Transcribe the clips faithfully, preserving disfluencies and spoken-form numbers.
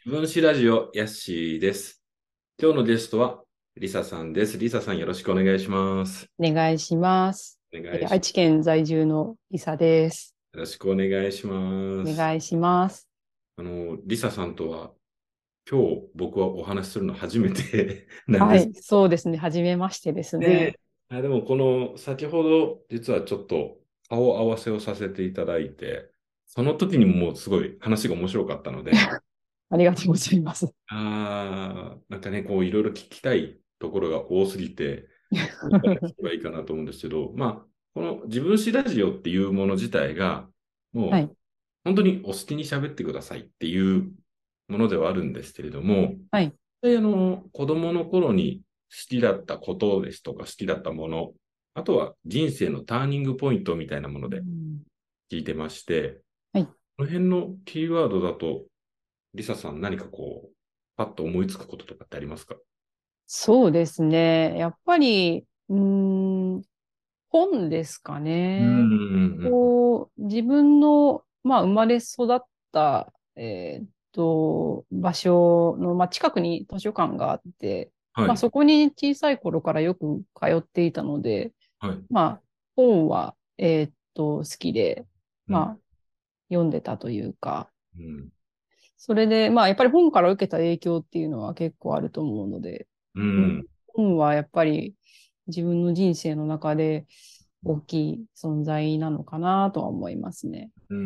自分史ラジオ、ヤッシーです。今日のゲストは、リサさんです。リサさん、よろしくお願いします。 お願いします。 お願いします。 えー愛知県在住のリサです。 よろしくお願いします。 お願いします。 あの、リサさんとは、今日僕はお話しするの初めてなんです。 はい、そうですね。はじめましてですね、 ね。 あ、でも、この、先ほど、実はちょっと顔合わせをさせていただいて、その時にももうすごい話が面白かったので、 ありがとうございます。 ああ、なんかね、こういろいろ聞きたいところが多すぎて、いい形がいいかなと思うんですけど、まあ、この自分史ラジオっていうもの自体が、もうはい、 本当にお好きに喋ってくださいっていうものではあるんですけれども、 はい、 であの子供の頃に好きだったことですとか好きだったもの、あとは人生のターニングポイントみたいなものでうん。 聞いてまして、 はい。 この辺のキーワードだと、リサさん何かこう、パッと思いつくこととかってありますか？ そうですね。やっぱり、うーん、本ですかうんうんね。 うんうん。 こう、自分の、まあ、生まれ育った、えーっと、場所の、まあ、近くに図書館があって、まあ、 はい、 そこに小さい頃からよく通っていたので、 はい。 まあ、本は、えーっと、好きで、 うん、 まあ、読んでたというか、 うん、 それで、まあ、やっぱり本から受けた影響っていうのは結構あると思うので、うん、 うん。 本はやっぱり自分の人生の中で大きい存在なのかなとは思いますね。 うん、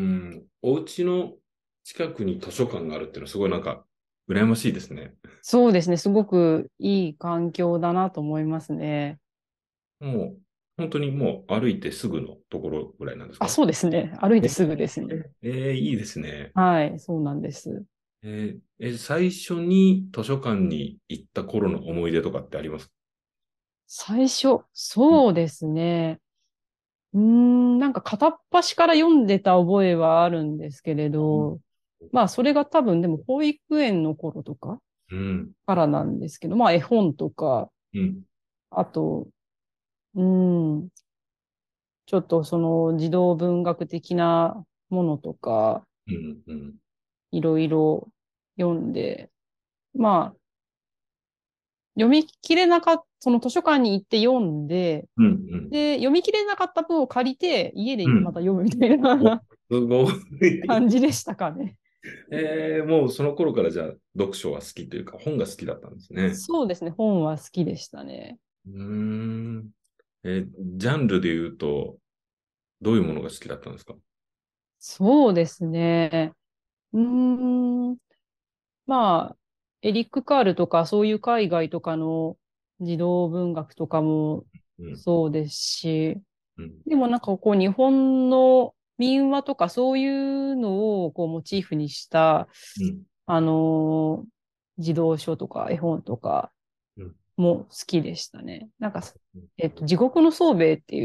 お家の近くに図書館があるっていうのはすごいなんか、羨ましいですね。 そうですね。すごくいい環境だなと思いますね。 もう、本当にもう歩いてすぐのところぐらいなんですあ、 か？ そうですね。歩いてえすぐですね。 えーいいですね。 はい、そうなんです。 えーえ最初に図書館に行った頃の思い出とかってありますか？ 最初、 うん、 そうですね。うーん、なんか片っ端から読んでた覚えはあるんですけれど、まあそれが多分でも保育園の頃とかうん、 からなんですけど、まあ絵本とか、 うん、 あと、うーん、ちょっとその児童文学的なものとか、 うん、うん、 いろいろ読んで、まあ読み切れなかった、その図書館に行って読んで、 うん、うん、 で、読み切れなかった分を借りて、家でうん。 また読むみたいお、 なすごい。 感じでしたかね。 えー、もうその頃からじゃあ読書は好きというか本が好きだったんですね。 そうですね。本は好きでしたね。 うーん。えージャンルで言うと、どういうものが好きだったんですか？ そうですね。うーん。まあ、エリック・カールとか、そういう海外とかの児童文学とかもうん、 そうですし、 うん、 でもなんかこう、日本の民話とかそういうのをこうモチーフにした、 うん、 あのー児童書とか絵本とかうん、 も好きでしたね。なんか、えっと、地獄の宗兵衛っていう、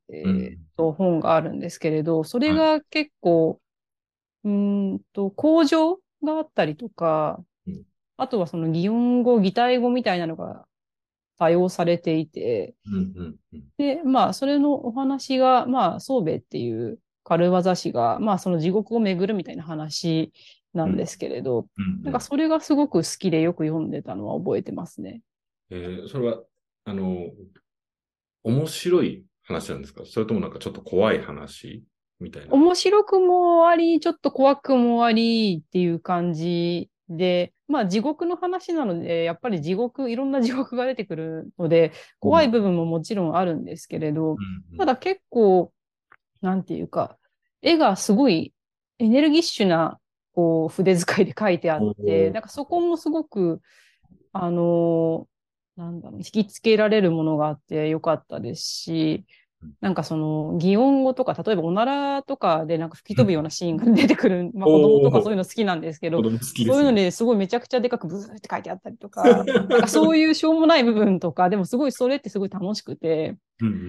えっうん。 と、本があるんですけれど、それはい。 が結構、うーんと、口上があったりとか、 うん、 あとはその擬音語、擬態語みたいなのが多用されていて、 うん、うん、うん、 で、まあ、それのお話が、まあ、宗兵衛っていう軽業師が、まあ、その地獄を巡るみたいな話なうん、 んですけれど、 うん。うん。 なんかそれがすごく好きでよく読んでたのは覚えてますね。 えーそれは、あの、面白い話なんですか？それともなんかちょっと怖い話みたいな。 面白くもあり、ちょっと怖くもありっていう感じで、まあ地獄の話なので、やっぱり地獄、いろんな地獄が出てくるので、 うん、 怖い部分ももちろんあるんですけれど、 うん、うん、 ただ結構、なんていうか、絵がすごいエネルギッシュな、こう、筆遣いで描いてあっおて、 ー、 なんかそこもすごく、あのーなんだろう、引きつけられるものがあってよかったですし、なんかその擬音語とか、例えばおならとかでなんか吹き飛ぶようなシーンが出てくる、まあ子供とかそういうおー、 の好きなんですけど、 子供好きでそういうのすね。 ですごいめちゃくちゃでかくブーって書いてあったりとか、なんかそういうしょうもない部分とか、でもすごいそれってすごい楽しくて、 うん、うん、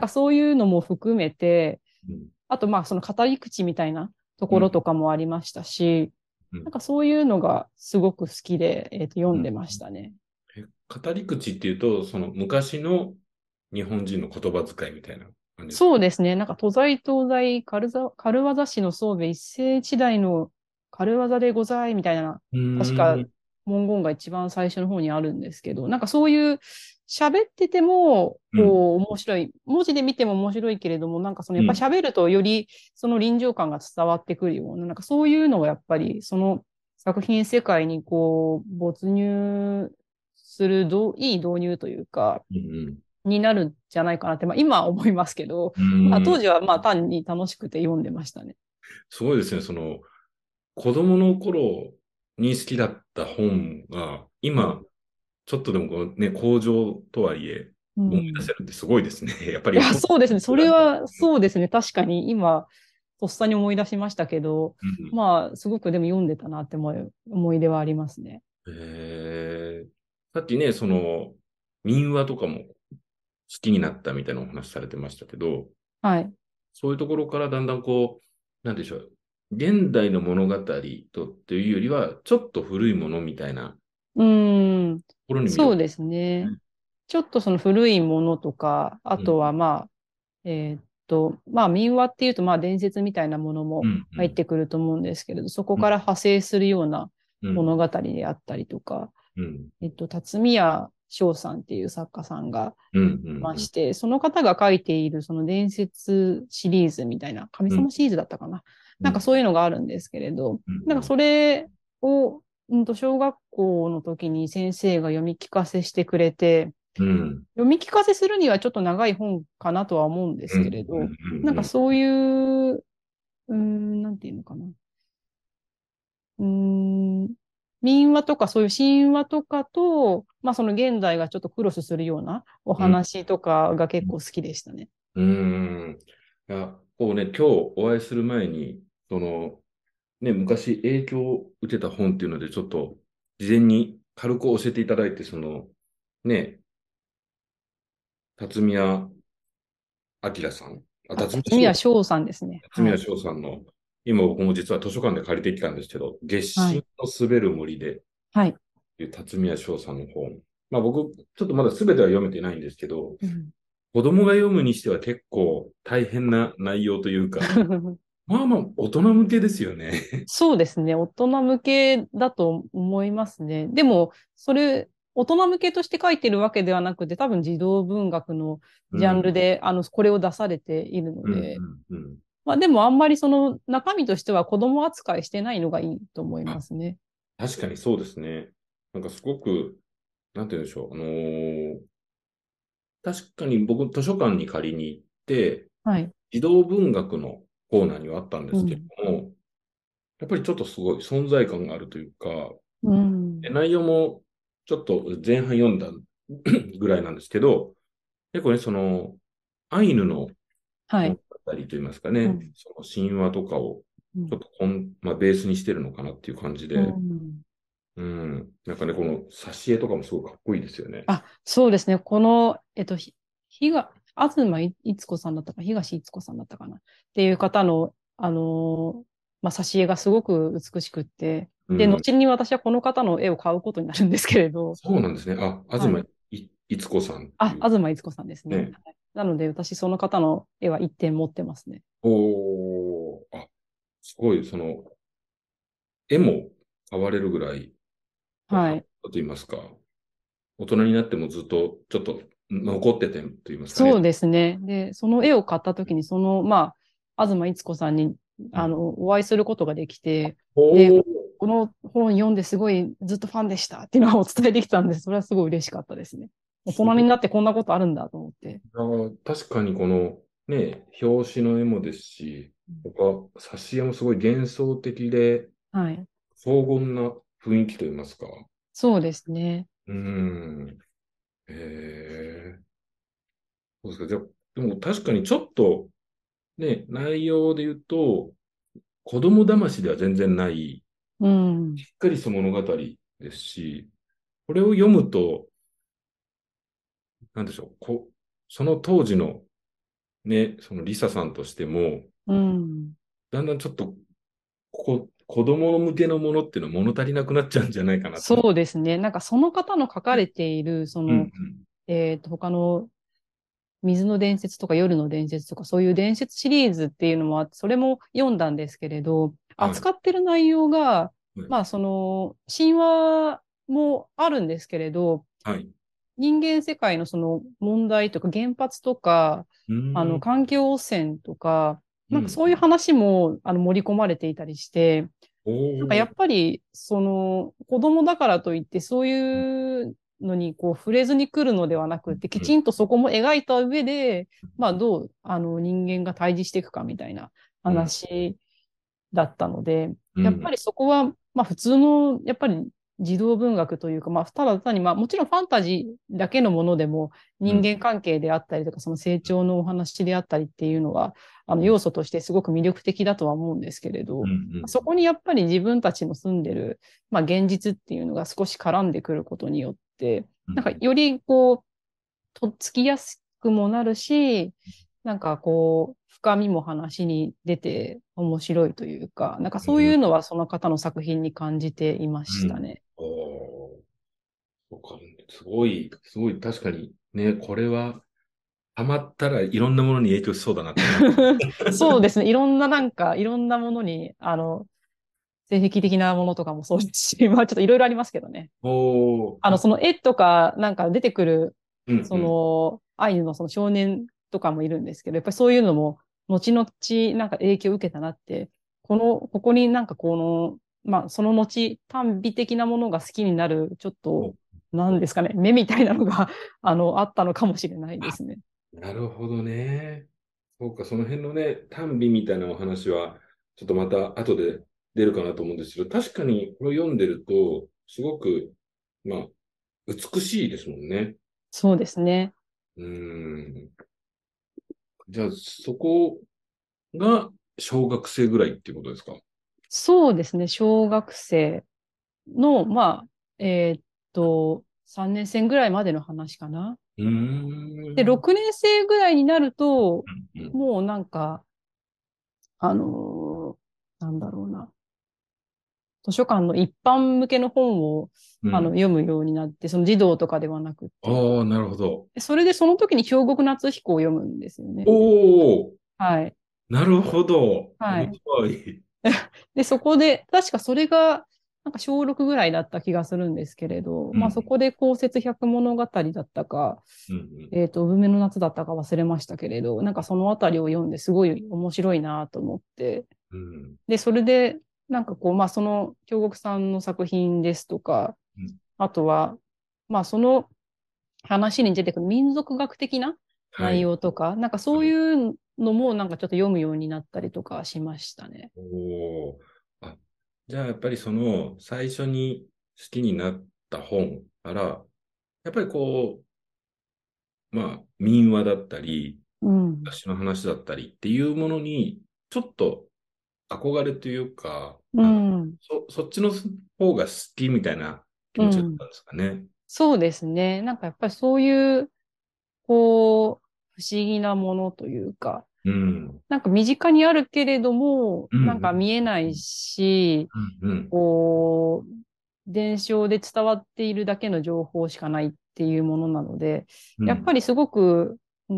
なんかそういうのも含めて、 うん、 あとまあその語り口みたいなとうん、 ころとかもありましたし、 うん、 なんかそういうのがすごく好きで、えーと読うん。 んでましたね。 え、語り口っていうと、その昔の日本人の言葉遣いみたいな感じですか？ そうですね。なんか、都在東西、軽ざ軽業師の宗兵衛一世一代の軽業でございみたいな、 う確かーん。 文言が一番最初の方にあるんですけど、なんかそういう喋ってても、 うん。 こう面白い、文字で見ても面白いけれども、なんかそのやっぱりうん。 喋るとよりその臨場感が伝わってくるような、なんかそういうのがやっぱりその作品世界にこう没入するどういい導入というか、 うん。 になるんじゃないかなって、まあ今は思いますけど、 うまあーん。 当時はまあ単に楽しくて読んでましたね。 すごいですね。その、子供の頃に好きだった本が、今、ちょっとでもこうね、向上とはいえ、思い出うん。 せるってすごいですね。やっぱいや、 り本そうですね。それなんだ。 は、そうですね。確かに今、とっさに思い出しましたけど、 うん。 まあ、すごくでも読んでたなって思い、思い出はありますね。 えー、さっきね、その、民話とかも好きになったみたいなお話されてましたけど、 はい。 そういうところからだんだんこう、なんでしょう、現代の物語とっていうよりは、ちょっと古いものみたいなとうん。 ころに魅力。 そうですね。ちょっとその古いものとか、あとはうん。 まあ、えーっと、まあ民話っていうと、まあ伝説みたいなものもうん。うん。 入ってくると思うんですけれど、そこうん。 から派生するようなうん。 物語であったりとか、 うん。 えっと、辰宮翔さんっていう作家さんがうん。ういまん。 して、その方が書いているその伝説シリーズみたいな、神うん。 様シリーズだったかな。 うん。 なんかそういうのがあるんですけれど、 うん。 なんかそれを、うんと、小学校の時に先生が読み聞かせしてくれて、 うん。 読み聞かせするにはちょっと長い本かなとは思うんですけうん。 れど、 うん。 なんうん。 かそういう、うーん、なんていうのかな。うーん、民話とかそういう神話とかと、まあその現代がちょっとクロスするようなおうん。 話とかが結構好きでしたね。 うん。いや、こうね、今日お会いする前に、その、ね、昔影響を受けた本っていうので、ちょっと事前に軽く教えていただいて、その、ね、辰宮明さん、あ、 あ、 辰宮辰宮翔、 翔さんですね。 辰宮はい。 翔さんの、今僕も実は図書館で借りてきたんですけど、月はい。 進の滑る森で、 はい。 いう辰宮翔さんの本。まあ僕、ちょっとまだ全ては読めてないんですけど、 うん、 子供が読むにしては結構大変な内容というか、まあまあ大人向けですよね。 そうですね。大人向けだと思いますね。でも、それ、大人向けとして書いてるわけではなくて、多分児童文学のジャンルうん。 で、あの、これを出されているのうん。 で、 うん。うん。 まあでもあんまりその中身としては子供扱いしてないのがいいと思いあ、 ますね。 確かにそうですね。なんかすごく、なんて言うんでしょう。あのー確かに僕図書館に借りに行って、 はい。 児童文学のコーナーにはあったんですけうん。 ども、やっぱりちょっとすごい存在感があるというか、 うん。 で内容もちょっと前半読んだぐらいなんですけど、結構ね、その、アイヌの物はい。 語といいますかね、 うん。 その神話とかをうん。 ちょっとこん、まあ、ベースにしてるのかなっていう感じうで、 ん。 うん、なんかね、この挿絵とかもすごいかっこいいですよね。 あ、そうですね。この、えっと、ひ、ひが、東いいつこさんだったか、東いつこさんだったかなっていう方の、あのーまあ、挿絵がすごく美しくって、で、 うん、 後に私はこの方の絵を買うことになるんですけれど、 そうなんですね。あ、 はい。 東い、いつこさんってあ、 いう東いつこさんですね。 ね。 はい。なので、私、その方の絵は一点持ってますね。 おー、あ、すごい、その、絵も変われるぐらい、こう、発はい。 と言いますか、大人になってもずっとちょっと残っててと言いますかね。 そうですね。で、その絵を買った時に、その、まあ、東いつこさんに、 うん。 あの、お会いすることができて、で、 おー、 この本読んですごいずっとファンでしたっていうのをお伝えできたんです。それはすごい嬉しかったですね。大すごい。 人になってこんなことあるんだと思って。 あー、確かにこのね、表紙の絵もですし、他、挿絵もすごい幻想的ではい。 荘厳な雰囲気と言いますか。 そうですね。 うーん。へえ。そうですか。じゃあ、でも確かにちょっとね、内容で言うと、子供騙しでは全然ない、 うん。 しっかりした物語ですし、これを読むと、なんでしょう、こ、その当時のね、そのリサさんとしても、 うん。 だんだんちょっと、こ、子供向けのものっていうのは物足りなくなっちゃうんじゃないかなと思って。 そうですね。なんかその方の書かれている、そうんの、えっと、他の水の伝説とか夜の伝説とか、そういう伝説シリーズっていうのもあって、それも読んだんですけれど、 はい。 扱ってる内容が、 はい。 まあその神話もあるんですけれど、 はい。 人間世界のその問題とか原発とか、 うあのーん。 環境汚染とか、 うん。 なんかそういう話もあの盛り込まれていたりして、 おなんかやっお。 ぱりその子供だからといってそういうのにこう触れずに来るのではなくて、きうん。 ちんとそこも描いた上で、まあどうあの人間が対峙していくかみたいなうん。 話だったので、 うん。 やっぱりそこは、まあ普通の、やっぱり児童文学というか、まあただ単に、まあもちろんファンタジーだけのものでもうん。 人間関係であったりとか、その成長のお話であったりっていうのは、あの要素としてすごく魅力的だとは思うんですけれど、 うん。 そこにやっぱり自分たちの住んでる、まあ現実っていうのが少し絡んでくることによって、 うん。 なんかよりこう、とっつきやすくもなるし、なんかこう、深みも話に出て面白いというか、なんかそういうのはその方の作品に感じていまうん。 したね。 おお。そうか。すごい、すごい、確かにね、これは、ハマったらいろんなものに影響しそうだなって感じ。 そうですね。いろんななんか、いろんなものに、あの、性癖的なものとかもそうですし、まあちょっといろいろありますけどね。 おお。 あの、 あ、 その絵とか、なんか出てくる、そうんうん。 の、アイヌのその少年とかもいるんですけど、やっぱりそういうのも、後々、なんか影響を受けたなって、この、ここになんかこの、まあ、その後、短美的なものが好きになる、ちょっと、 おなんですかね、目みたいなのが、あの、あったのかもしれないであ、 すね。 なるほどね。そうか、その辺のね、単美みたいなお話は、ちょっとまた後で出るかなと思うんですけど、確かにこれを読んでると、すごく、まあ、美しいですもんね。 そうですね。 うーん。じゃあ、そこが小学生ぐらいっていうことですか？ そうですね。小学生の、まあ、えーっと、さんねん生ぐらいまでの話かな。 うーで、 ん。 ろくねん生ぐらいになると、 うん。 もうなんか、あのーなんだろうな。図書館の一般向けの本をあのうん。 読むようになって、その児童とかではなくって。 ああ、なるほど。 でそれでその時に京極夏彦を読むんですよね。 おお、 はい。 なるほど。面はい。 白い。 で、そこで、確かそれが、なんか小ろくぐらいだった気がするんですけれど、まあそうん。 こで公設百物語だったか、 うん。 えっと、産めの夏だったか忘れましたけれど、なんかそのあたりを読んですごい面白いなと思って、 うん。 で、それで、なんかこう、まあ、その、京極さんの作品ですとか、 うん。 あとは、まあ、その話に出てくる民族学的な内はい。 容とか、なんかそうはい。 いうのも、なんかちょっと読むようになったりとかしましたね。 おお。あ、じゃあやっぱりその最初に好きになった本から、やっぱりこう、まあ民話だったり、 うん。 昔の話だったりっていうものに、ちょっと憧れというか、 うあの、 ん。 そ、そっちの方が好きみたいな気うん。 持ちだったんですかね。 そうですね。なんかやっぱりそういう、こう、不思議なものというか、 うん。 なんか身近にあるけれども、 うん。 なんか見えないし、 うん。うん。 こう、伝承で伝わっているだけの情報しかないっていうものなので、 うん。 やっぱりすごく、うん、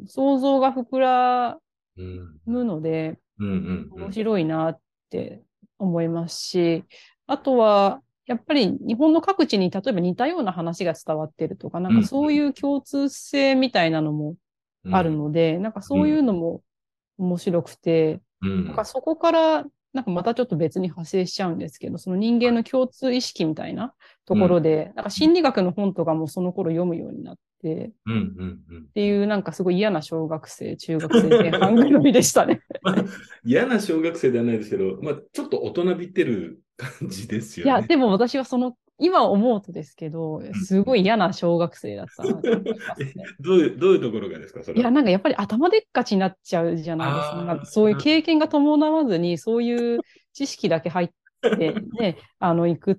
想像が膨らうん。 むので、 うん。うん。う面ん。 白いなって思いますし、あとは、やっぱり日本の各地に例えば似たような話が伝わってるとか、なんうん。 かそういう共通性みたいなのもあるうん。 ので、なんかそういうん。 うのも面白くて、 うん。 なんかそこから、なんかまたちょっと別に派生しちゃうんですけど、その人間の共通意識みたいなとうん。 ころで、なんか心理学の本とかもその頃読むようになって、っうん。うん。うん。 ていうなんかすごい嫌な小学生、中学生前半ぐらいでしたね。 まあ、嫌な小学生ではないですけど、まあ、ちょっと大人びてる感じですいや、 よね。 でも私はその、今思うとですけど、すうん。 ごい嫌な小学生だったなと思いまえ、 すね。 どういう、どういうところがですか、そいや、 れは。 なんかやっぱり頭でっかちになっちゃうじゃないですか。なんかあそういうあ、 経験が伴わずに、そういう知識だけ入ってね、あの、行くって、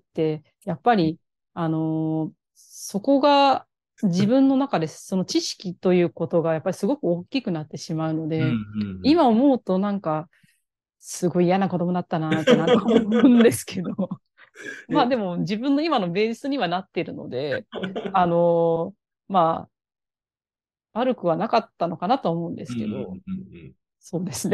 やっぱり、あのーそこが自分の中でその知識ということがやっぱりすごく大きくなってしまうのうん。うで、 ん。 今思うとなんか、すごい嫌な子供だったなってなんか思うんですけど、 うん。え、 まあでも自分の今のベースにはなっているので、あのーまあ、悪くはなかったのかなと思うんでうん。うん。 すけど、 うん。うん。 そうですね。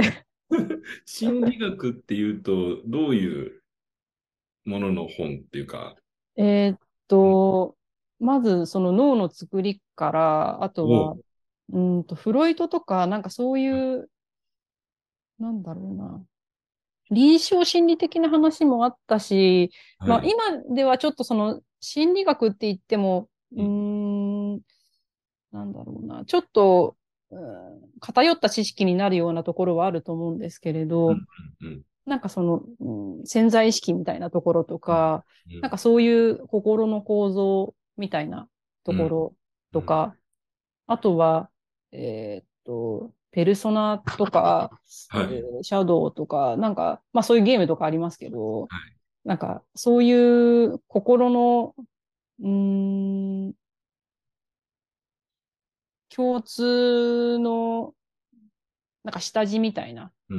心理学っていうと、どういうものの本っていうか、 えーっうん、 と、まずその脳の作りから、あとは、 を、 うーんと、フロイトとか、なんかそういう、なんだろうな、臨床心理的な話もあったし、まあはい。 今ではちょっとその心理学って言っても、ううん、 ーん、なんだろうな、ちょっと、うん、偏った知識になるようなところはあると思うんですけれうん、 ど、 うん、 なんかその、うん、潜在意識みたいなところとうん、 か、 うん、 なんかそういう心の構造みたいなとうん、 ころうん、 とか、あとは、えーっと、ペルソナとか、えはい。 ーシャドウとか、なんか、まあそういうゲームとかありますけど、 はい。 なんかそういう心の、うーん、共通の、なんか下地みたいな、 うん、うん、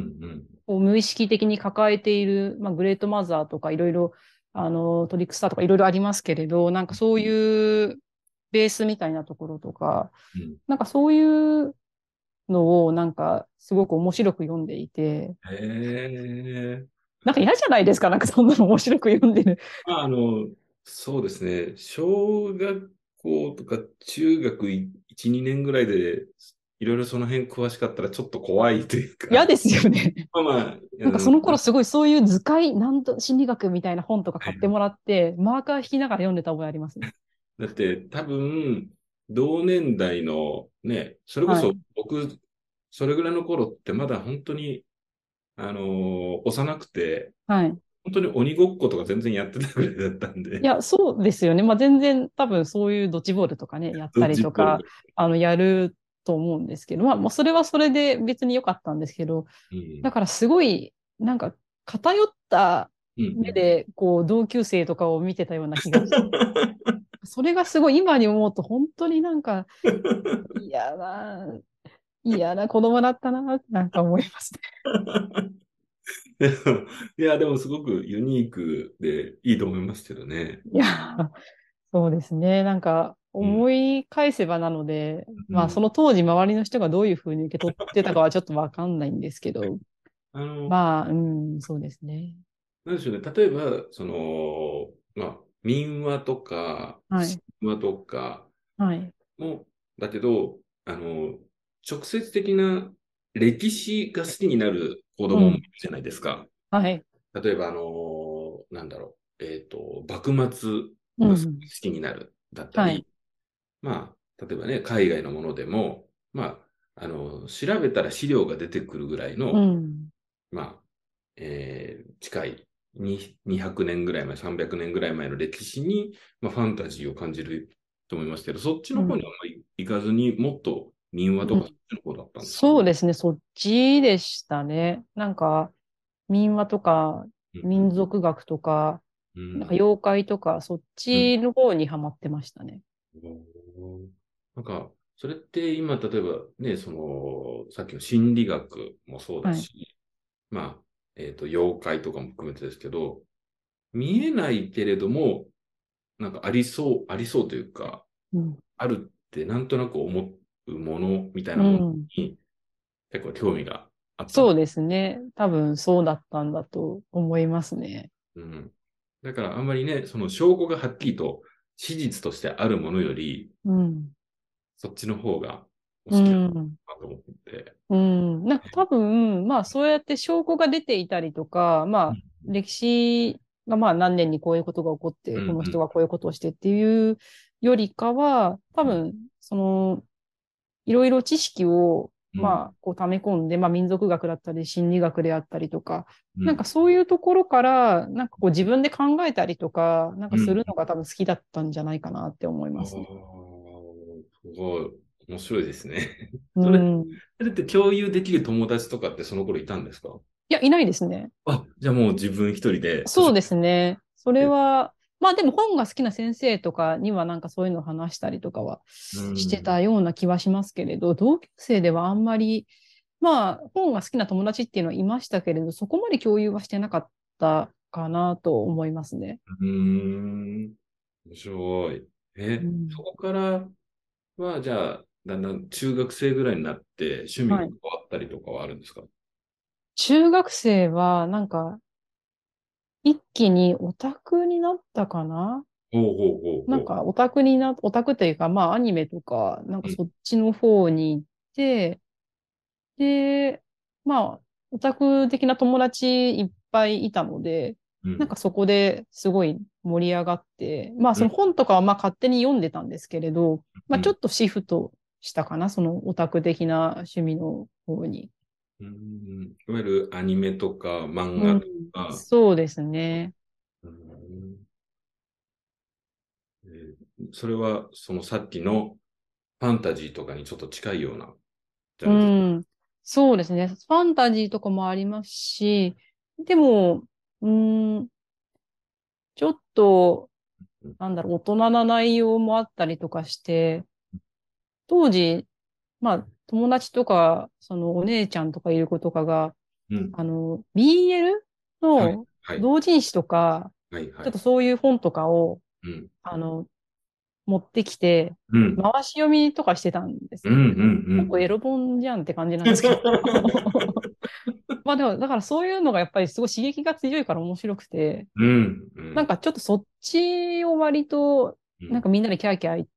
こう無意識的に抱えている、まあグレートマザーとかいろいろ、あの、トリックスターとかいろいろありますけれど、なんかそういうベースみたいなところとか、 うん。 なんかそういうのをなんかすごく面白く読んでいて、 へえ。 なんか嫌じゃないですか、なんかそんなの面白く読んでる。 まあ、あの、そうですね。小学校とか中学いち、にねんぐらいで、いろいろその辺詳しかったらちょっと怖いというか、 嫌ですよね。 まあまあ、 なんかうん、 その頃すごいそういう図解、なんと心理学みたいな本とかはい。 買ってもらって、マーカー引きながら読んでた覚えありますね。 だって多分、同年代のね、それこそはい。 僕、それぐらいの頃ってまだ本当に、あのー幼くて、 はい。 本当に鬼ごっことか全然やってたぐらいだったんで、 いや、そうですよね。まあ全然多分そういうドッジボールとかね、やったドッりとか、 ジボール。 あの、やると思うんですけど、まあもうそれはそれで別に良かったんですけど、 うん。 だからすごい、なんか偏ったうんうん。 目で、こう、同級生とかを見てたような気がして、それがすごい今に思うと本当になんか嫌な、嫌な子供だったな、なんか思いますね。 でもいや、でもすごくユニークでいいと思いますけどね。 いや、そうですね。なんかうん。 思い返せばなので、まあそうん。 の当時周りの人がどういうふうに受け取ってたかはちょっとわかんないんですけど、 あの、 まあ、うん、そうですね。 なんでしょうね。例えば、その、まあ、民話とか、 はい。 神話とかはい。 も、だけど、あの、直接的な歴史が好きになる子供もいるうん。 じゃないですか。 はい。 例えば、あの、なんだろう。えっと、幕末が好うん。 きになるだったはい。 り、まあ、例えばね、海外のものでも、まあ、あの、調べたら資料が出てくるぐらいうの、 ん。 まあ、えー近いににひゃくねんぐらい前、さんびゃくねんぐらい前の歴史に、まあ、ファンタジーを感じると思いますけど、そっちの方にはうん。 あまり行かずに、もっと民話とかそっうん。 ちの方だったんですかね。 そうですね。そっちでしたね。なんか、民話とか、民うん族学とか、 うん。 なんか妖怪とか、そっうん。 ちの方にハマってましたね。 うん。なんか、それって今、例えばね、その、さっきの心理学もそうだはい。 し、まあ、えっと、妖怪とかも含めてですけど、見えないけれども、なんかありそう、ありそうというか、 うん。 あるってなんとなく思うものみたいなものうん。 に結構興味があったんだ。 そうですね。多分そうだったんだと思いますね。 うん。だからあんまりね、その証拠がはっきりと史実としてあるものより、 うん。 そっちの方がお好うきだん。 なと思って。 うん。なんか多分、まあそうやって証拠が出ていたりとか、まあうん歴史がまあ何年にこういうことが起こって、この人うんがこういうことをしてっていうよりかは、多うん分、その、いろいろ知識を、 うんまあ、こう溜め込んで、まあ民族学だったり、心理学であったりとか、なんかうんそういうところから、なんかこう自分で考えたりとか、なんかするうん。 のが多分好きだったんじゃないかなって思いああ、 ますね。 すごい面白いですね。 うそれ、 ん。 それって共有できる友達とかってその頃いたんですか？ いや、いないですね。 あ、じゃあもう自分一人で図書そうですね。それ館で。 は、まあでも本が好きな先生とかにはなんかそういうのを話したりとかはうしてん。 たような気はしますけれど、同級生ではあんまり、まあ本が好きな友達っていうのはいましたけれど、そこまで共有はしてなかったかなと思いますね。 うーん。面白い。え、そうん。 こからは、じゃあ、だんだん中学生ぐらいになって趣味がはい。 変わったりとかはあるんですか？ 中学生は、なんか、一気にオタクになったかな。 ほうほうほうほなんか、オタクにな、オタクというか、まあ、アニメとか、なんう。うん、 かそっちの方に行って、で、まあ、オタク的な友達いっぱいいたので、 うん、 なんかそこですごい盛り上がって、まあうん、 その本とかはまあ勝手に読んでたんですけれど、まうん。 あちょっとシフトしたかな、そのオタク的な趣味の方に。 うん、いわゆるアニメとか漫画とうん、 か、 そうですね。 うん、えーそれはそのさっきのファンタジーとかにちょっと近いようなジャうンル。 ん、そうですね。ファンタジーとかもありますし、でも、うん、ちょっと、なんだろう、大人な内容もあったりとかして、当時、まあ、友達とか、そのお姉ちゃんとかいる子とかが、 うん。 あの、ビーエルはい、 のはい、 同人誌とか、 はい、はい。 ちょっとそういう本とかを、 うん、 あの、持ってきて、 うん、 回し読みとかしてたんですうん、うよ。ちょっとエん、 ロ本じゃんって感じなんうん。 ですけど。まあでも、だからそういうのがやっぱりすごい刺激が強いから面白くて、 うん、うん、 なんかちょっとそっちを割と、 うん、 なんかみんなでキャーキャー言って、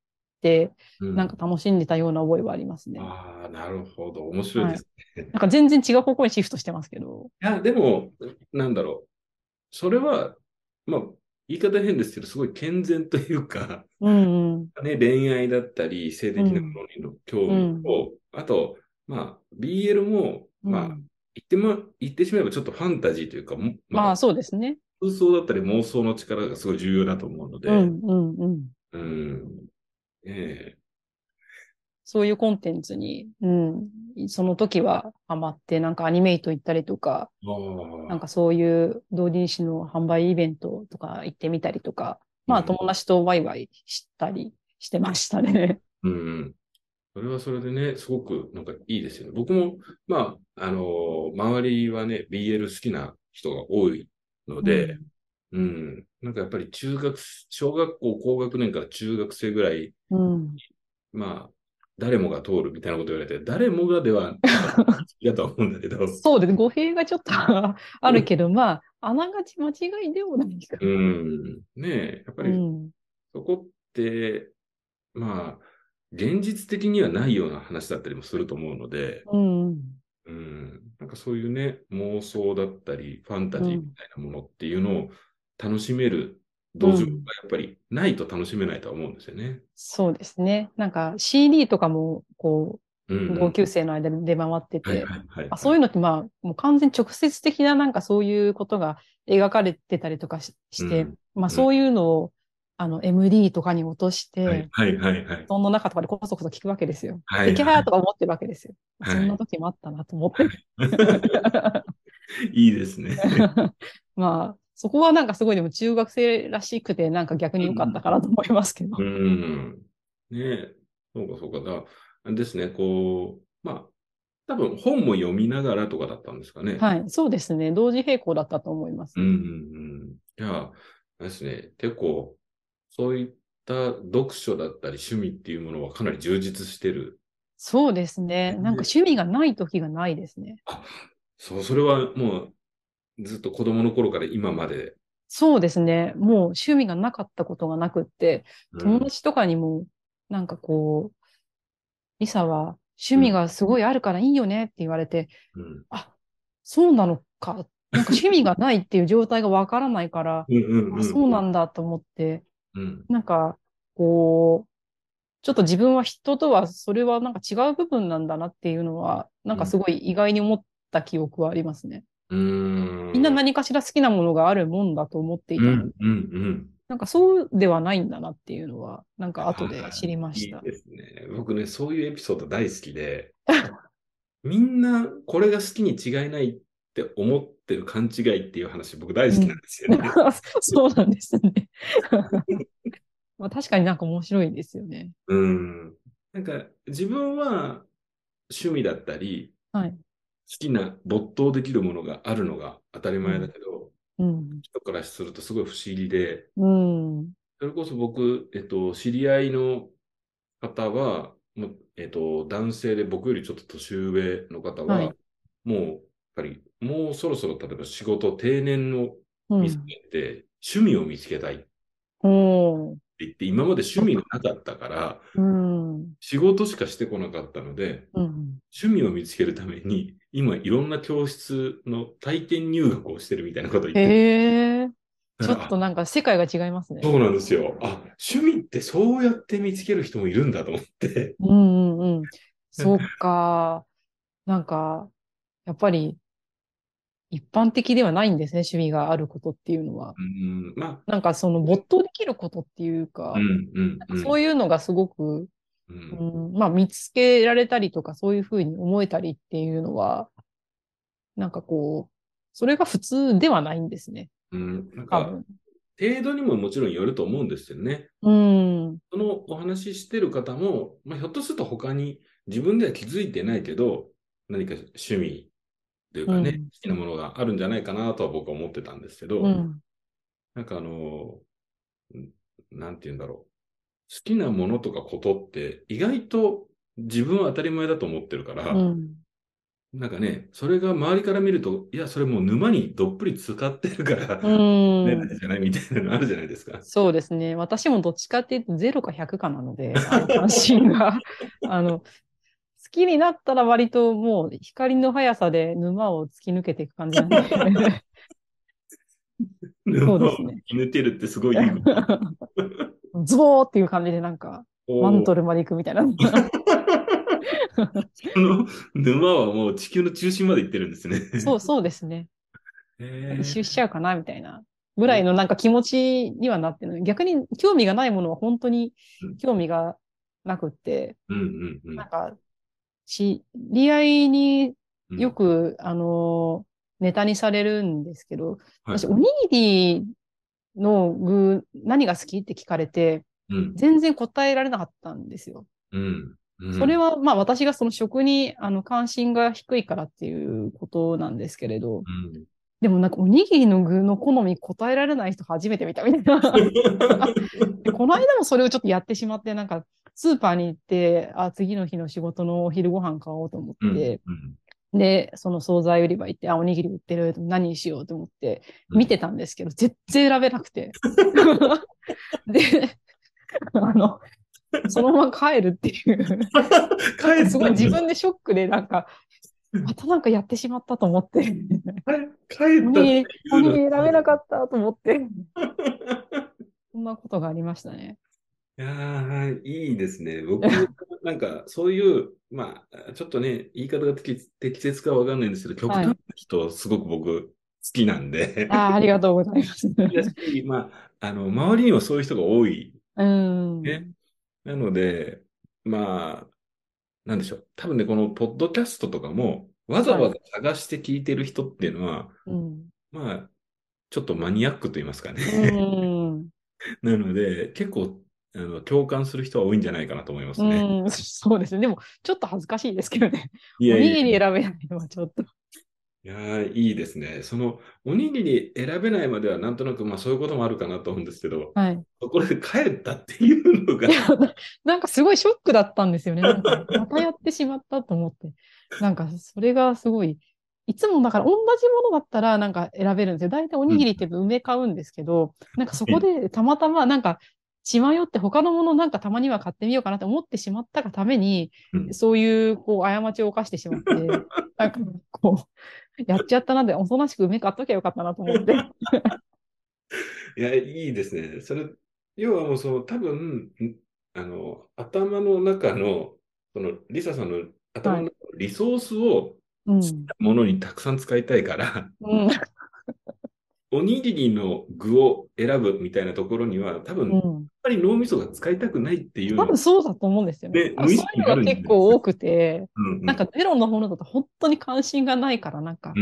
うん。 なんか楽しんでたような覚えはありますね。 ああ、なるほど。面白いはい。 ですね。 なんか全然違う方向にシフトしてますけど。 いや、でも、なんだろう。それは、まあ、言い方変ですけど、すごい健全というか、 うんうん。 ね、恋愛だったり、性的なもうん。 のへの興味うん。 と、あと、まあ、ビーエル も、まあ、 うん。 言っても、言ってしまえばちょっとファンタジーというか、もまあ、 まあそうですね。 空想だったり妄想の力がすごい重要だと思うので、 うん。うん。うん。 うん、ええ、 そういうコンテンツに、うん。その時はハマって、なんかアニメイト行ったりとか、 ああ、 なんかそういう同人誌の販売イベントとか行ってみたりとか、まあうん、 友達とワイワイしたりしてましたね。 うん。それはそれでね、すごくなんかいいですよね。僕も、まあ、あのー周りはね、ビーエル 好きな人が多いので、 うん。 うん、なんかやっぱり中学、小学校高学年から中学生ぐらい、 うん。 まあ、誰もが通るみたいなこと言われて、誰もがではちょっと言い過ぎだとは思うんだけど、 そうですね。語弊がちょっとあるけど、まあ、あながち間違いでもないかうな。 ん、ねえ、やっぱりうん。 そこって、まあ、現実的にはないような話だったりもすると思うので、 うん。 うん、なんかそういうね、妄想だったり、ファンタジーみうん。 たいなものっていうのを楽しめる土壌がやうん。 っぱりないと楽しめないとは思うんですよね。 そうですね。なんか シーディー とかも、こう、同うんうん。 級生の間で出回ってて、 はいはいはいあ、 はい。 そういうのってまあ、もう完全に直接的ななんかそういうことが描かれてたりとかし、して、 うん。 まあうん。 そういうのを、あの、エムディー とかに落として、 はいはいはいはい。 布団の中とかでこそこそ聞くわけですよ。で、キャーはいはいとか思ってるわけですよ。そんなはい。 時もあったなと思って。 はい。いいですね。 まあ、そこはなんかすごいでも中学生らしくて、なんか逆に良かったかなと思いますけど。 うん。ねえ。そうかそうか。だあれですね。こう、まあ、多分本も読みながらとかだったんですかね。 はい、そうですね。同時並行だったと思います。 うんうんうん。じゃあ、あれですね。結構、そういった読書だったり趣味っていうものはかなり充実してる。 そうですね。なんかね、 趣味がない時がないですね。 あ、そう、それはもうずっと子供の頃から今まで。 そうですね。もう趣味がなかったことがなくって、 うん、 友達とかにも、なんかこう、リサは趣うん、 味がすごいあるからいいよねって言われて、 うん、 あ、そうなのか。なんか趣味がないっていう状態がわからないから、 うん、うん、 あ、 うん、 そうなんだと思って、 うん、 なんか、こう、ちょっと自分は人とはそれはなんか違う部分なんだなっていうのは、なんうん、 かすごい意外に思った記憶はありますね。 うん、 みんな何かしら好きなものがあるもんだと思っていうん、 たので、 うん。 なんかそうではないんだなっていうのは、なんか後で知ああ、 りまいいした。 ですね。僕ね、そういうエピソード大好きで、みんなこれが好きに違いないって思ってる勘違いっていう話、僕大好きなんうん。 ですよね。 そうなんですね。まあ確かになんか面白いですよね。 うん。なんか、自分は趣味だったり、 はい。 好きな没頭できるものがあるのが当たり前だうん。 けど、 うん。 人からするとすごい不思議で、 うん。 それこそ僕、えっと、知り合いの方は、もうえっと、男性で僕よりちょっと年上の方は、 はい。 もうぱりもうそろそろ例えば仕事定年を見つうん。 けて、趣味を見つけたいっておー。 言って、今まで趣味がなかったから、 うん。 仕事しかしてこなかったので、 うん。 趣味を見つけるために、今いろんな教室の体験入学をしてるみたいなことを言ってて、 へえ。ちょっだから、あ、 となんか世界が違いますね。 そうなんですよ。あ、趣味ってそうやって見つける人もいるんだと思って。 うんうんうん。そっか。なんか、やっぱり一般的ではないんですね、趣味があることっていうのは。 うん、まあ、 なんかその没頭できることっていうか、 うん、うん、 なんかうん、 そういうのがすごく、 うん、 うん、まあ見つけられたりとか、そういうふうに思えたりっていうのは、なんかこう、それが普通ではないんですね、 うん、なんか、 多分。 程度にももちろんよると思うんですよね。 うん、 そのお話ししてる方も、まあ、ひょっとすると他に自分では気づいてないけど、何か趣味というかね、好うん、 きなものがあるんじゃないかなとは僕は思ってたんですけど、 うん、 なんかあの、んなんて言うんだろう。好きなものとかことって意外と自分は当たり前だと思ってるから、 うん、 なんかね、それが周りから見ると、いや、それもう沼にどっぷり使ってるから、 うね、 ん。 じゃないみたいなのあるじゃないですか。 そうですね。私もどっちかっていうとゼロかひゃくかなので、あの関心が。あの、好きになったら割ともう光の速さで沼を突き抜けていく感じなんで。そう沼をですね。 射抜けるってすごいいいこと。 ズボーっていう感じでなんか、マンおー。 トルまで行くみたいな。 その沼はもう地球の中心まで行ってるんですね。 そう、そうですね。一周しちへゃうかなみたいなぐらいのえ。 なんか気持ちにはなってる。逆に興味がないものは本当にうん興味がなくって、 うんうんなんか知り合いにうん。 よく、あの、ネタにされるんですけど、私、 はいはい。 おにぎりの具、何が好きって聞かれて、 うん。 全然答えられなかったんですよ。 うん。うん。 それは、まあ私がその食にあの関心が低いからっていうことなんですけれど、 うん。 でもなんかおにぎりの具の好み答えられない人初めて見たみたいな。で、この間もそれをちょっとやってしまって、なんかスーパーに行って、あ、次の日の仕事のお昼ご飯買おうと思っうん。 て、 うん。 で、その惣菜売り場行って、あ、おにぎり売ってる、何にしようと思って見てうん。 たんですけど、絶対選べなくて。で、あの、そのまま帰るっていう、なんかすごい帰ったんだ。 自分でショックで、なんか、またなんかやってしまったと思って、 帰ったっておにぎり、おにぎいうのはすごい。 り選べなかったと思って、そんなことがありましたね。 いやー、いいですね。僕、なんか、そういう、まあ、ちょっとね、言い方が適適切かわかんないんですけど、極端なはい。 人、すごく僕、好きなんで。 ああ、ありがとうございます。 好きだし、まあ、あの、周りにはそういう人が多い。 うね。 ん。 なので、まあ、なんでしょう。多分ね、このポッドキャストとかも、わざはい。 わざ探して聞いてる人っていうのは、 うん。 まあ、ちょっとマニアックと言いますかね。 うん。 なので、結構、あの、共感する人は多いんじゃないかなと思いますね。 うん。そうですね。でも、ちょっと恥ずかしいですけどね。 いやいやおにぎり選べないのはちょっと。 いやー、いいですね。その、おにぎり選べないまでは、なんとなく、まあそういうこともあるかなと思うんですけど、 はい。 そこで帰ったっていうのが、 いや、ななんかすごいショックだったんですよね。なんか、またやってしまったと思って。なんか、それがすごい、いつもだから同じものだったらなんか選べるんですよ。大体おうん、 にぎりって梅買うんですけど、なんかそこでたまたまなんか血迷って他のものなんかたまには買ってみようかなと思ってしまったがために、 うん。 そういうこう過ちを犯してしまって、なんかこう、やっちゃったなで、おとなしく梅買っときゃよかったなと思って。 いや、いいですね。それ、要はもうその、多分、んあの、頭の中の、その、リサさんの頭のはい。 中のリソースを好きうん。 なものにたくさん使いたいから、 うん。 おにぎりの具を選ぶみたいなところには、多分、やっうん。 ぱり脳みそが使いたくないっていう多の分そうだと思うんですよね。 で、 多分無意識にあそういうのがるんですよ。 結構多くて、 うんうん。 なんかゼロのものだと本当に関心がないから、なんか、 うんうん。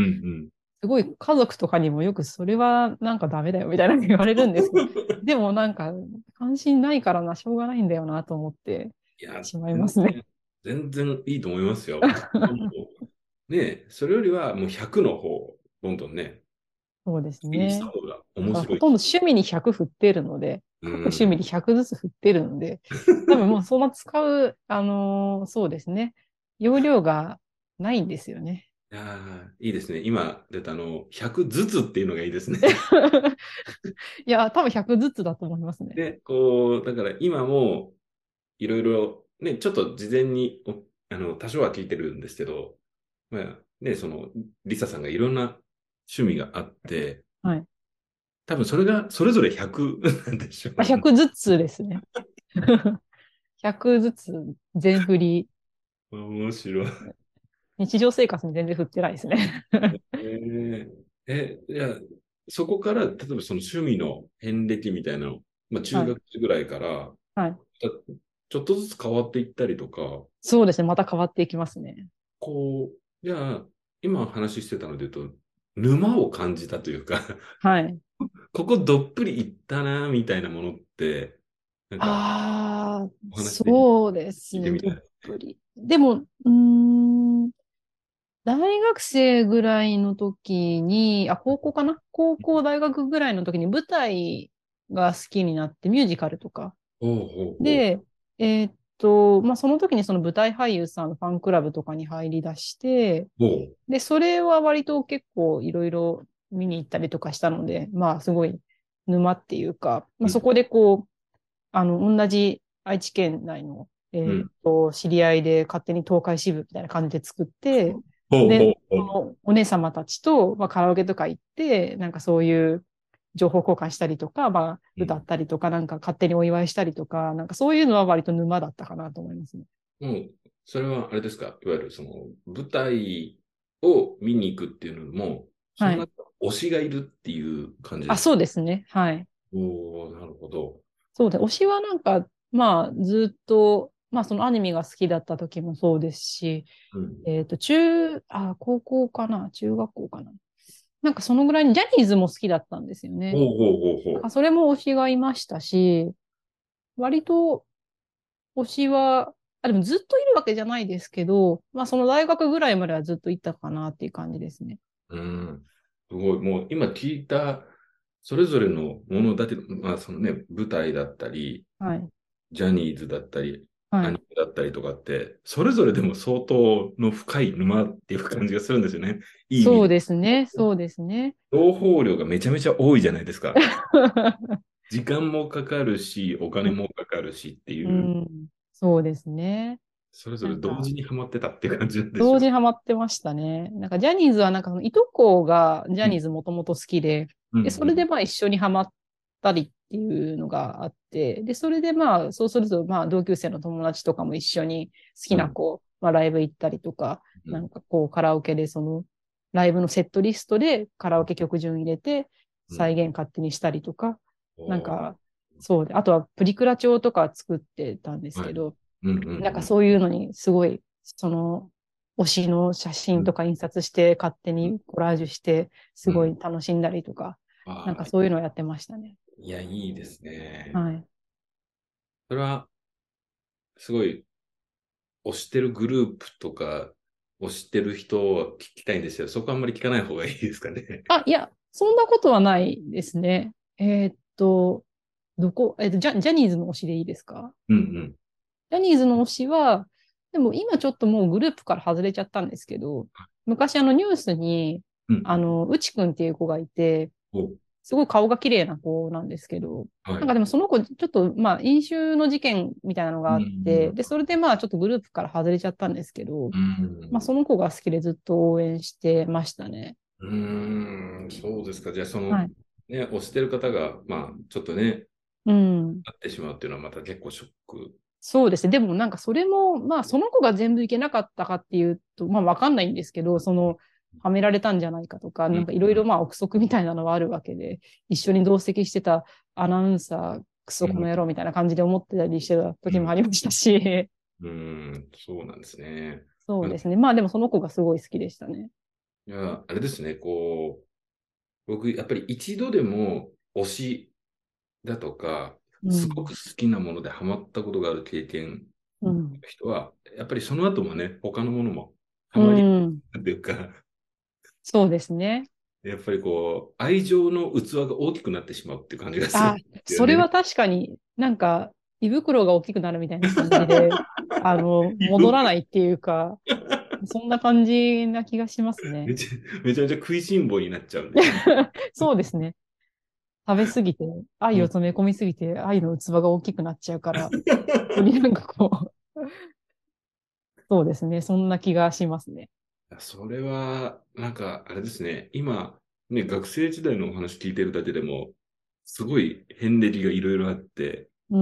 すごい家族とかにもよくそれはなんかダメだよみたいな言われるんですけど、でもなんか関心ないからな、しょうがないんだよなと思っていや、 しまいますね。 全然、全然いいと思いますよ。ね、それよりはもうひゃくの方、どんどんね、 そうです好きにしたね。 方がだから面白いし。 ほとんど趣味にひゃく振ってるので、 う各趣味ん。 にひゃくずつ振ってるので、多分もうそんな使う、あのーそうですね。容量がないんですよね。 いやーいいですね。今出たあの、ひゃくずつっていうのがいいですね。 いや、多分ひゃくずつだと思いますね。 で、こう、だから今もいろいろ、ね、ちょっと事前におあの多少は聞いてるんですけど、まあね、その、リサさんがいろんな趣味があって、 はい。 多分それがそれぞれひゃくなんでしょうあ、 ね。 ひゃくずつですね。ひゃくずつ全振り。 面白い。 日常生活に全然振ってないですね。 えー、え、いや、そこから、例えばその趣味の遍歴みたいなの、まあ中はい。 学時ぐらいから、 はい。 ちょちょっとずつ変わっていったりとか、 そうですね。また変わっていきますね。 こう、じゃあ、今話してたので言うと、沼を感じたというか、 はい。 ここどっぷりいったな、みたいなものって、なんか、 ああ、 お話ぜひそうですね。どっ聞いてみたい。 ぷり。でも、うーん、大学生ぐらいの時に、あ、高校かな高校、大学ぐらいの時に舞台が好きになって、ミュージカルとか。 ほうほうほで、えーっと、まあ、その時にその舞台俳優さんのファンクラブとかに入り出して、 う。ほで、それは割と結構いろいろ見に行ったりとかしたので、まあ、すごい沼っていうか、まあ、 う。うん。 そこでこう、あの、同じ愛知県内の、えうん。 ーっと、知り合いで勝手に東海支部みたいな感じで作って、 ほうほで、 うほう。 そのお姉様たちと、まあ、カラオケとか行って、なんかそういう情報交換したりとか、まあ、 うん。 歌ったりとか、なんか勝手にお祝いしたりとか、なんかそういうのは割と沼だったかなと思いますね。 もう、それはあれですか、いわゆるその舞台を見に行くっていうのも、そはい。 の中推しがいるっていう感じであ、 すか？ そうですね。はい。 おー、なるほど。 そうで、推しはなんか、まあ、ずっと、まあ、そのアニメが好きだった時もそうですし、 うん。 えっと、中、あ、高校かな中学校かななんかそのぐらいにジャニーズも好きだったんですよね。 ほうほうほうほう。 なんかそれも推しがいましたし、割と推しは、あ、でもずっといるわけじゃないですけど、まあその大学ぐらいまではずっといたかなっていう感じですね。 うん。すごい。もう今聞いた、それぞれのものだけ、まあそのね、舞台だったり、 はい。 ジャニーズだったり、 はい。 アニメだったりとかって、それぞれでも相当の深い沼っていう感じがするんですよね。いい意味そうで。 ですね。そうですね。 情報量がめちゃめちゃ多いじゃないですか。時間もかかるし、お金もかかるしってういう、 ん。そうですね。 それぞれ同なんか、 時にハマってたっていう感じなんでしょう。 同時にハマってましたね。なんかジャニーズはなんかそのいとこがジャうん、 ニーズもともと好きで、 うん、 で、それでまあ一緒にハマったりっていうのがあって、で、それでまあそうするとまあ同級生の友達とかも一緒に好きうん、 な子、まあライブ行ったりとか、 うん、 なんかこうカラオケでそのライブのセットリストでカラオケ曲順入れてうん。 再現勝手にしたりとか、なんおー、 かそうで、あとはプリクラ帳とか作ってたんですはい。 けど、 うん、うん、 なんかうん。 そういうのにすごい、その推しの写うん、 真とか印刷して勝手うん。 にコラージュしてすごうん。 い楽しんだりとか、なんああ、 かそういうのをやってましたね。 いや、いいですね。 はい。 それは、すごい、推してるグループとか、推してる人を聞きたいんですよ。そこはあんまり聞かない方がいいですかね。 あ、いや、そんなことはないですね。えーっと、どこ、えーっと、ジャ、ジャニーズの推しでいいですか？ うん、うん、 ジャニーズの推しは、でも今ちょっともうグループから外れちゃったんですけど、昔あのニュースに、 うん、うん。 あの、うちくんっていう子がいて、 おう、 すごい顔が綺麗な子なんですけど、 はい。 なんかでもその子、ちょっとまあ飲酒の事件みたいなのがうあって、 ん、 で、それでまあちょっとグループから外れちゃったんですけど、 うん。 まあその子が好きでずっと応援してましたね。 うーん、そうですか。じゃあ、その、 はい。 ね、推してる方が、まあ、ちょっとね、 うん。 なってしまうっていうのはまた結構ショック。 そうですね。でもなんかそれも、まあその子が全部いけなかったかっていうと、まあわかんないんですけど、その、はめられたんじゃないかとか、なんうん、 かいろいろまあ憶測みたいなのはあるわけで、一緒に同席してたアナウンサー、クソこのうん、 野郎みたいな感じで思ってたりしてたうん、 時もありましたし、 うん、そうなんですね。あの、いそうですね。まあでもその子がすごい好きでしたね。 や、あれですね、こう、僕、やっぱり一度でも推しだとか、すごくうん。 好きなものでハマったことがある経験うん。 の人は、やっぱりその後もね、他のものもハうマり、 ん。 というか、 そうですね。 やっぱりこう、愛情の器が大きくなってしまうっていう感じがするんあ、 ですよね。 それは確かになんか胃袋が大きくなるみたいな感じで、あの、戻らないっていうか、 そんな感じな気がしますね。 めちゃめちゃめちゃ食いしん坊になっちゃうんですよ。 そうですね。食べ過ぎて、愛をうん。 詰め込みすぎて、愛の器が大きくなっちゃうから、よりなんかこう、そうですね。そんな気がしますね。 それは、なんか、あれですね。今、ね、学生時代のお話聞いてるだけでも、すごい遍歴がいろいろあって、 うん。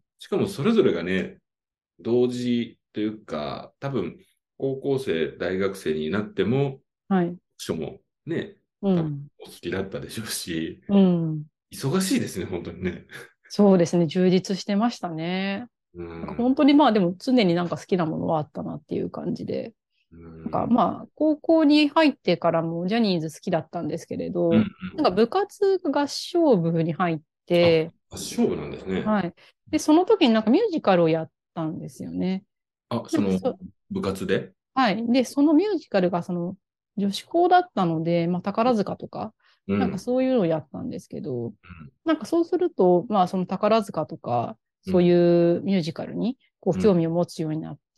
しかもそれぞれがね、同時というか、多分、高校生、大学生になっても、 はい。 書もね、多分うん。 お好きだったでしょうし、 うん。 忙しいですね、本当にね。 そうですね。充実してましたね。 うなんかん。 本当にまあでも常になんか好きなものはあったなっていう感じで。 うなんかん。 まあ高校に入ってからもジャニーズ好きだったんですけれうん。 ど、なんか部活合唱部に入っあ、 て、 勝負なんですね。 はい。で、その時になんかミュージカルをやったんですよね。 あ、その、 なんかそ、 部活で。 はい。で、そのミュージカルがその女子校だったので、まあ宝塚とか、なんかうん。 そういうのをやったんですけど、なんかそうすると、まあその宝塚とか、そううん。 いうミュージカルにこううん。 興味を持つようになって、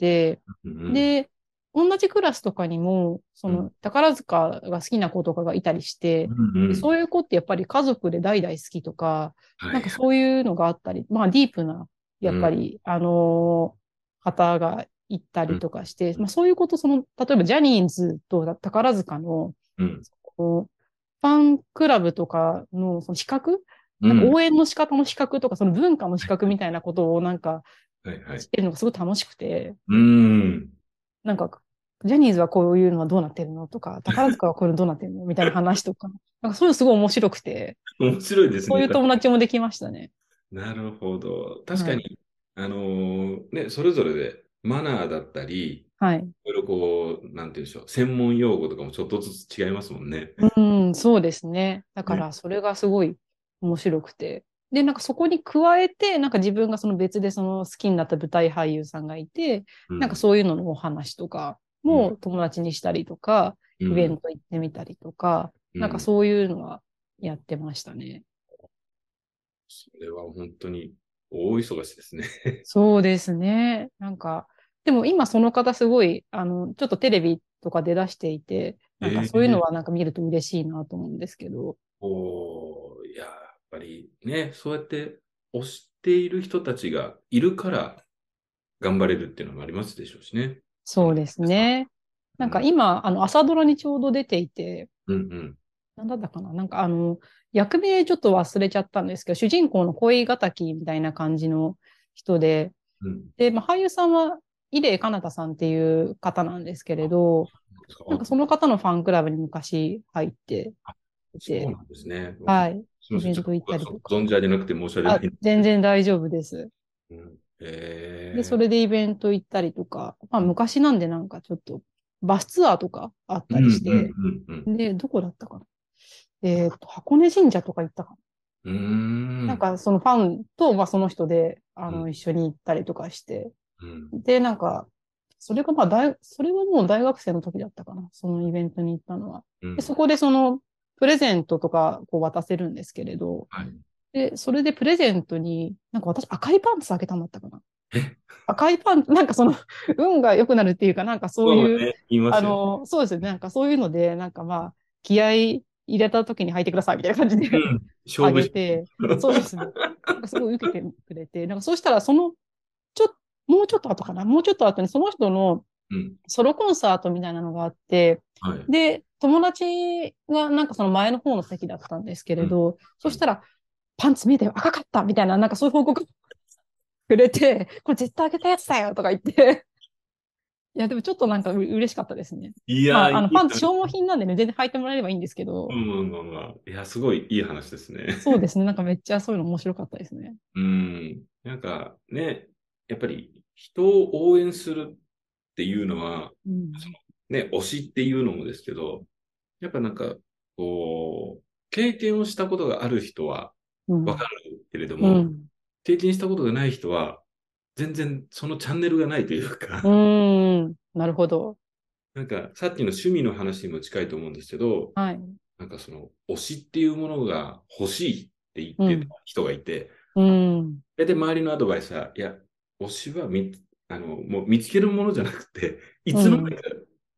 うん。 で、同じクラスとかにも、そうん。 の宝塚が好きな子とかがいたりしうて、でん。 そういう子ってやっぱり家族で代々好きとか、 はい。 なんかそういうのがあったり、まあディープな、やっぱうん。 り、あのー方が行ったりうん。 とかして、まあそういうこと、その、例えばジャニーズと宝塚の、 うん。 こうファンクラブとかのその比較、なんかうん。 応援の仕方の比較とか、その文化の比較みたいなことをなんかはいはい。 知ってるのがすごい楽しくて、 うん。 なんか、ジャニーズはこういうのはどうなってるのとか、宝塚はこういうのどうなってるのみたいな話とか、なんかそういうのすごい面白くて、 面白いですね。 そういう友達もできましたね。 なるほど。確はい。 かに、あのーね、それぞれでマナーだったり、いはい。 ろいろこう、なんていうんでしょう、専門用語とかもちょっとずつ違いますもんね。 うん、そうですね。だかね。 ら、それがすごい面白くて。で、なんかそこに加えて、なんか自分がその別でその好きになった舞台俳優さんがいて、なんかうん。 そういうののお話とかうん。 も友達にしたりとか、イベンうん。 ト行ってみたりとか、 うん。 なんかそういうのはやってましたね。 それは本当に大忙しですね。 そうですね。なんか、でも今その方すごい、あの、ちょっとテレビとか出だしていて、なんかそういうのええ。 はなんか見ると嬉しいなと思うんですけど。 おー、いや、やっぱりね、そうやって推している人たちがいるから頑張れるっていうのもありますでしょうしね。あの、 そうですね。 うん。 なんか今、あの、朝ドラにちょうど出ていて、 うん。 なんだったかななんかあの、役名ちょっと忘れちゃったんですけど、主人公の恋敵みたいな感じの人で、 うん。うん。 で、まあ、俳優さんは、伊礼彼方さんっていう方なんですけれど、なんかその方のファンクラブに昔入ってあ、 いて、 そうなんですね。わはい。 すみません。 イベント行っちょっと僕はたりとか。 そ存じ上げなくて申し訳なあ、 いんですけど。 全然大丈夫です。 うん。 で、 えそれでイベント行ったりとか、まあー、 昔なんでなんかちょっとバスツアーとかあっうん。 たりうん。 して、 うん。 で、どこだったかなえっと、箱根神社とか行ったかなうん。うーん。 なんかそのファンと、まあその人で、あの、 うん。 一緒に行ったりとかして、 うん。 で、なんか、それがまあ大、それはもう大学生の時だったかな、そのイベントに行ったのは。で、 うん。 そこでその、プレゼントとかこう渡せるんですけれど、 はい。 で、それでプレゼントに、なんか私赤いパンツあげたんだったかな。 え、 赤いパンツ、なんかその運が良くなるっていうか、なんかそういう、 まあまあね、言いますよ。 あの、そうですよね。なんかそういうので、なんかまあ、気合い入れた時に履いてくださいみたいな感じでうん。 あ勝負し。 げて、そうですね。なんかすごい受けてくれて、なんかそうしたら、その、ちょ、もうちょっと後かな、もうちょっと後にその人のうん。 ソロコンサートみたいなのがあって、 はい。 で、友達がなんかその前の方の席だったんですけうん。 れど、そはい。 したら、パンツ見えて赤かったみたいな、なんかそういう報告くれて、これ絶対あげたやつだよとか言って、いや、でもちょっとなんかう嬉しかったですね。まあ、 いやー、いあの、パンツ消い話。 耗品なんでね、全然履いてもらえればいいんですけど、 うんうんうんうん。いや、すごいいい話ですね。 そうですね。なんかめっちゃそういうの面白かったですね。 うん。なんかね、やっぱり人を応援するっていうのは、 うん。 ね、推しっていうのもですけど、やっぱなんか、こう、経験をしたことがある人はわかうん。 るけれども、 うん。 経験したことがない人は、全然そのチャンネルがないといううか、 ーん。なるほど。 なんかさっきの趣味の話にも近いと思うんですけど、 はい。 なんかその推しっていうものが欲しいって言ってたうん。 人がいて、 うん。 大体周りのアドバイスは、いや、推しはみ、あの、もう見つけるものじゃなくて、いつの間にかうん。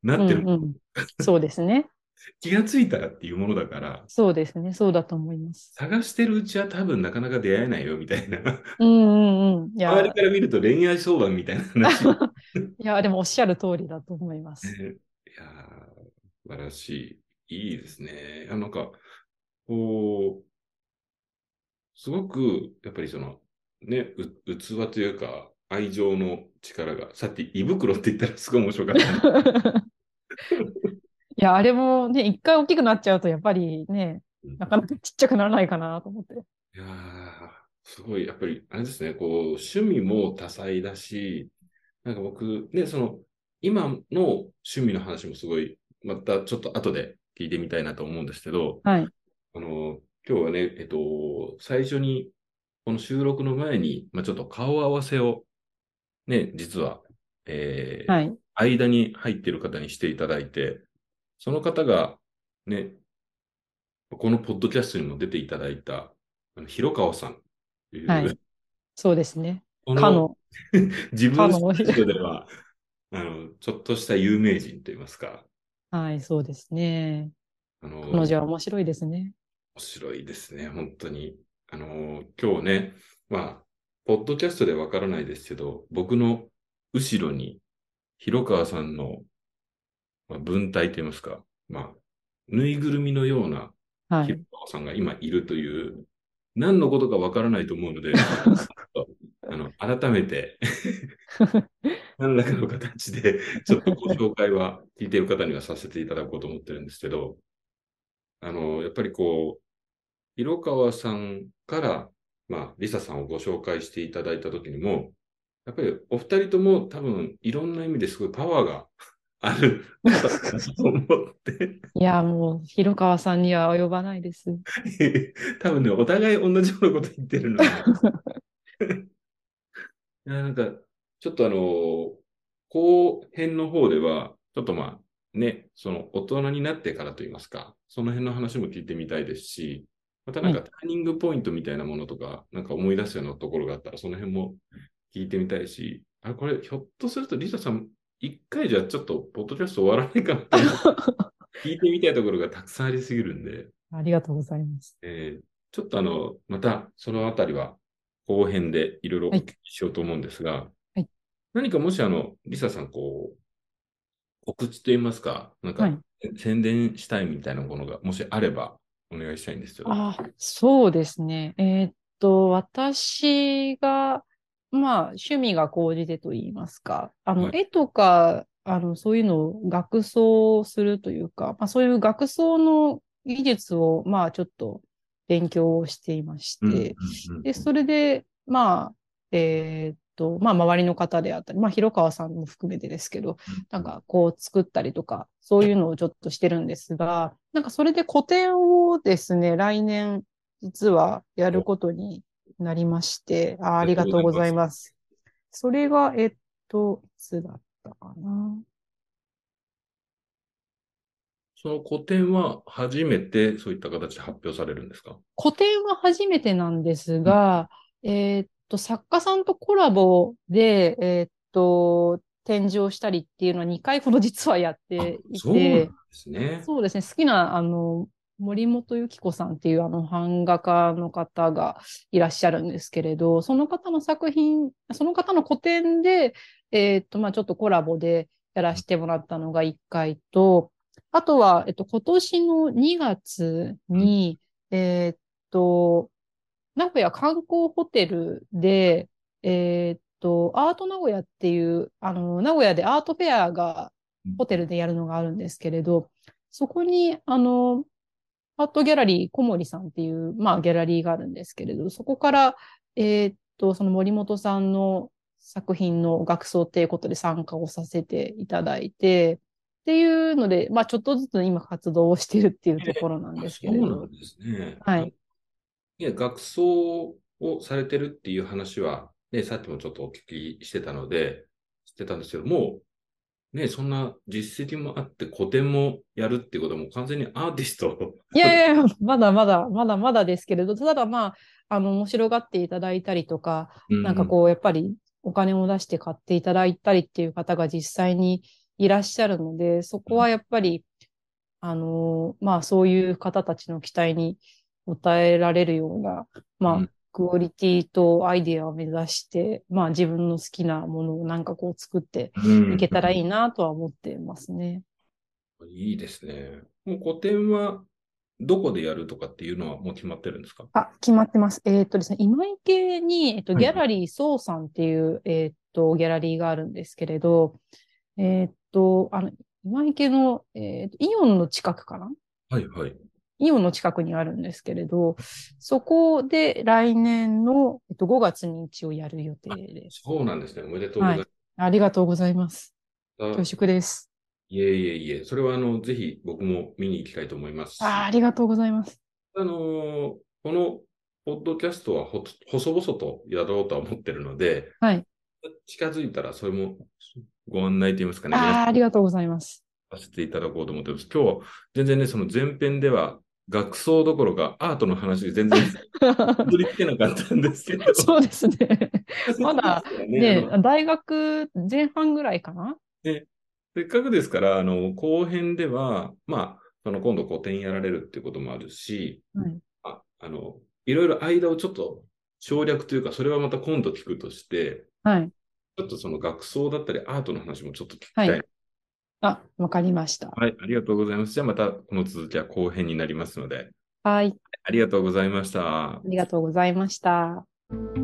なってる。 うんうん。そうですね。 気がついたらっていうものだから、 そうですね。そうだと思います。 探してるうちは多分なかなか出会えないよみたいな。 うんうんうん。い周りや、 から見ると恋愛相談みたいな話。 いや、でもおっしゃる通りだと思います。 ねいやー、素晴らしい。いいですね。あなんか、こう、すごく、やっぱりその、ね、う器というか、愛情の力が、さっき胃袋って言ったらすごい面白かったんで。 いや、あれもね、一回大きくなっちゃうと、やっぱりね、 うんなかなかちっちゃくならないかなと思って。 いやー、すごい、やっぱり、あれですね、こう、趣味も多彩だし、なんか僕、ね、その、今の趣味の話もすごい、またちょっと後で聞いてみたいなと思うんですけど、 はい。 あの、今日はね、えっと、最初に、この収録の前に、まあ、ちょっと顔合わせをね、実は、えーはい。 間に入っている方にしていただいて、その方が、ね、このポッドキャストにも出ていただいた、あの広川さんとはい。 いう、 そうですね。 このかの、 自分スかの、 タジオでは、あの、ちょっとした有名人といいますか、 はい、そうですね。 あの、 彼女は面白いですね。 面白いですね、本当に。あの、今日ね、まあ、ポッドキャストでわからないですけど、僕の後ろに、広川さんの、まあ、文体といいますか、まあ、ぬいぐるみのようなはい。 広川さんが今いるという、何のことかわからないと思うので、あの、改めて何らかの形で、ちょっとご紹介は聞いている方にはさせていただこうと思ってるんですけど、あの、やっぱりこう、広川さんから、まあ、リサさんをご紹介していただいたときにも、やっぱりお二人とも多分いろんな意味ですごいパワーがある方だなと思っていや、もう、広川さんには及ばないです。 多分ね、お互い同じようなこと言ってるのに、いや、なんか、ちょっとあの、後編の方では、ちょっとまあ、ね、その大人になってからといいますか、その辺の話も聞いてみたいですし、またなんはい。 かターニングポイントみたいなものとか、なんか思い出すようなところがあったら、その辺も聞いてみたいし、あ、これひょっとするとリサさん、一回じゃちょっとポッドキャスト終わらないかなと思って、聞いてみたいところがたくさんありすぎるんで、 ありがとうございます。 えーちょっとあの、またそのあたりは後編でいろいろはい。 お聞きしようと思うんですが、 はい。 何かもしあの、リサさん、こう、告知といいますか、なんかはい。 宣伝したいみたいなものが、もしあればお願いしたいんですけど。 あ、そうですね。えーっと、私が、まあ、趣味が高じてと言いますか、あの、 はい。 絵とか、あの、そういうのを学装するというか、まあ、そういう学装の技術を、まあ、ちょっと勉強していましうん、 て、 うん、うん。 で、 うんそれで、まあ、えーっと、まあ、周りの方であったり、まあ、広川さんも含めてですけど、なんうんか、こう、作ったりとか、そういうのをちょっとしてるんですが、なんかそれで個展をですね、来年、実はやるおことになりまして、あ、ありありがとうがとうございございます。 ます。それが、えっと、いつだったかな。 その個展は初めてそういった形で発表されるんですか？ 個展は初めてなんですうん。 が、えっと、作家さんとコラボで、えっと、展示をしたりっていうのはにかいほど実はやっあ、 ていそうなんて、 ですね。 そうですね。好きな、あの、森本由紀子さんっていうあの版画家の方がいらっしゃるんですけれど、その方の作品、その方の個展で、えーっと、まあちょっとコラボでやらせてもらったのがいっかいと、あとは、えっと、今年のにがつうん。 に、えーっと、名古屋観光ホテルで、えーっと、アート名古屋っていう、あの、名古屋でアートフェアがホテルでやるのがあるんですけれど、そこに、あの、アートギャラリー小森さんっていう、まあ、ギャラリーがあるんですけれど、そこから、えーっと、その森本さんの作品の学装っていうことで参加をさせていただいて、っていうので、まあ、ちょっとずつ今活動をしているっていうところなんあ、 ですけれど、 そうなんですね。あ、 はい。 いや、学装をされてるっていう話は、ね、さっきもちょっとお聞きしてたので、知ってたんですけども、ね、そんな実績もあって個展もやるっていうことはもう完全にアーティスト。 いやいや、まだまだ、まだまだですけれど、ただまあ、あの、面白がっていただいたりとか、 うん。 なんかこう、やっぱりお金を出して買っていただいたりっていう方が実際にいらっしゃるので、そこはやっぱり、あのーまあそういう方たちの期待に応えられるような、まあ、 うん。 クオリティとアイディアを目指して、まあ自分の好きなものをなんかこう作ってうん。 いけたらいいなとは思ってますね。 いいですね。もう個展はどこでやるとかっていうのはもう決まってるんですか？ あ、決まってます。えーっとですね、今池に、えっと、 はいはい。 ギャラリーソーさんっていう、えーっと、ギャラリーがあるんですけれど、えーっと、あの、今池の、えーっと、イオンの近くかな。 はいはい。 イオンの近くにあるんですけれど、そこで来年の、えっと、ごがつに一応やる予定あ、 です。 そうなんですね。おめでとうごはい。 ざいありがとうございます。恐ます。 縮です。 いえいえいえ、それはあの、ぜひ僕も見に行きたいと思いますあ、 し、 ありがとうございます。 あのーこのポッドキャストはほ細々とやろうとは思ってるので、 はい。 近づいたらそれもご案内といいますかね、皆さあ、 んにありがとうございます。 させていただこうと思ってます。今日は全然ね、その前編では学装どころかアートの話で全然戻りつけなかったんですけど、 そうですね。 せっかまだくですからね、あね、 の、 大学前半ぐらいかな。 ね、せっかくですから、あの、後編では、まあ、その今度個展やられるっていうこともあるし、 はい。 あ、あの、いろいろ間をちょっと省略というか、それはまた今度聞くとして、 はい。 ちょっとその学装だったりアートの話もちょっと聞きはい。 たい。 あ、わかりました。 はい、ありがとうございます。じゃあまたこの続きは後編になりますので、 はい。 ありがとうございました。 ありがとうございました。